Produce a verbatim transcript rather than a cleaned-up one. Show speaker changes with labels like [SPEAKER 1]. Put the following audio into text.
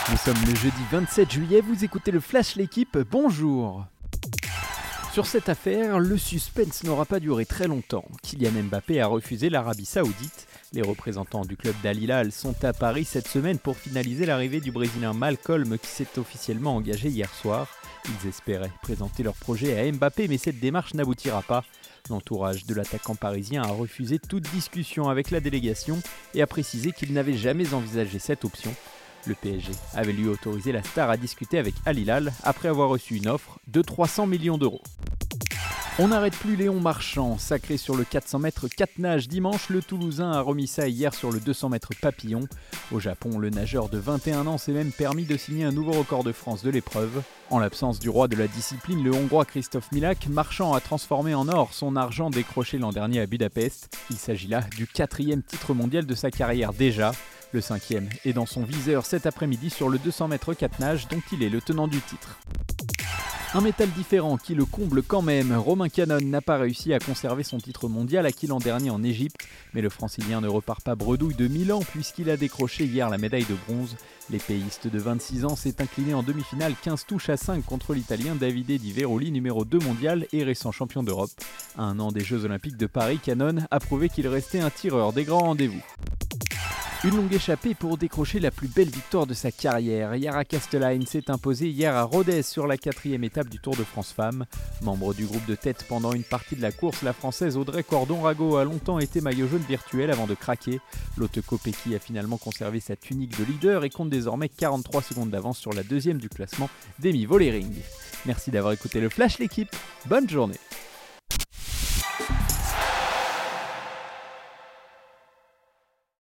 [SPEAKER 1] Nous sommes le jeudi vingt-sept juillet, vous écoutez le Flash L'équipe, bonjour. Sur cette affaire, le suspense n'aura pas duré très longtemps. Kylian Mbappé a refusé l'Arabie Saoudite. Les représentants du club d'Al Hilal sont à Paris cette semaine pour finaliser l'arrivée du Brésilien Malcolm qui s'est officiellement engagé hier soir. Ils espéraient présenter leur projet à Mbappé, mais cette démarche n'aboutira pas. L'entourage de l'attaquant parisien a refusé toute discussion avec la délégation et a précisé qu'il n'avait jamais envisagé cette option. Le P S G avait lui autorisé la star à discuter avec Al Hilal après avoir reçu une offre de trois cents millions d'euros. On n'arrête plus Léon Marchand, sacré sur le quatre cents mètres quatre nages dimanche, le Toulousain a remis ça hier sur le deux cents mètres papillon. Au Japon, le nageur de vingt et un ans s'est même permis de signer un nouveau record de France de l'épreuve. En l'absence du roi de la discipline, le Hongrois Christophe Milak, Marchand a transformé en or son argent décroché l'an dernier à Budapest. Il s'agit là du quatrième titre mondial de sa carrière déjà. Le cinquième est dans son viseur cet après-midi sur le deux cents mètres quatre nages dont il est le tenant du titre. Un métal différent qui le comble quand même. Romain Canon n'a pas réussi à conserver son titre mondial acquis l'an dernier en Égypte, mais le francilien ne repart pas bredouille de Milan puisqu'il a décroché hier la médaille de bronze. L'épéiste de vingt-six ans s'est incliné en demi-finale quinze touches à cinq contre l'italien Davide Di Veroli, numéro deux mondial et récent champion d'Europe. À un an des Jeux Olympiques de Paris, Canon a prouvé qu'il restait un tireur des grands rendez-vous. Une longue échappée pour décrocher la plus belle victoire de sa carrière. Yara Kastelein s'est imposée hier à Rodez sur la quatrième étape du Tour de France Femmes. Membre du groupe de tête pendant une partie de la course, la Française Audrey Cordon-Rago a longtemps été maillot jaune virtuel avant de craquer. Lotte Kopecky a finalement conservé sa tunique de leader et compte désormais quarante-trois secondes d'avance sur la deuxième du classement, Demi Vollering. Merci d'avoir écouté le Flash L'équipe, bonne journée.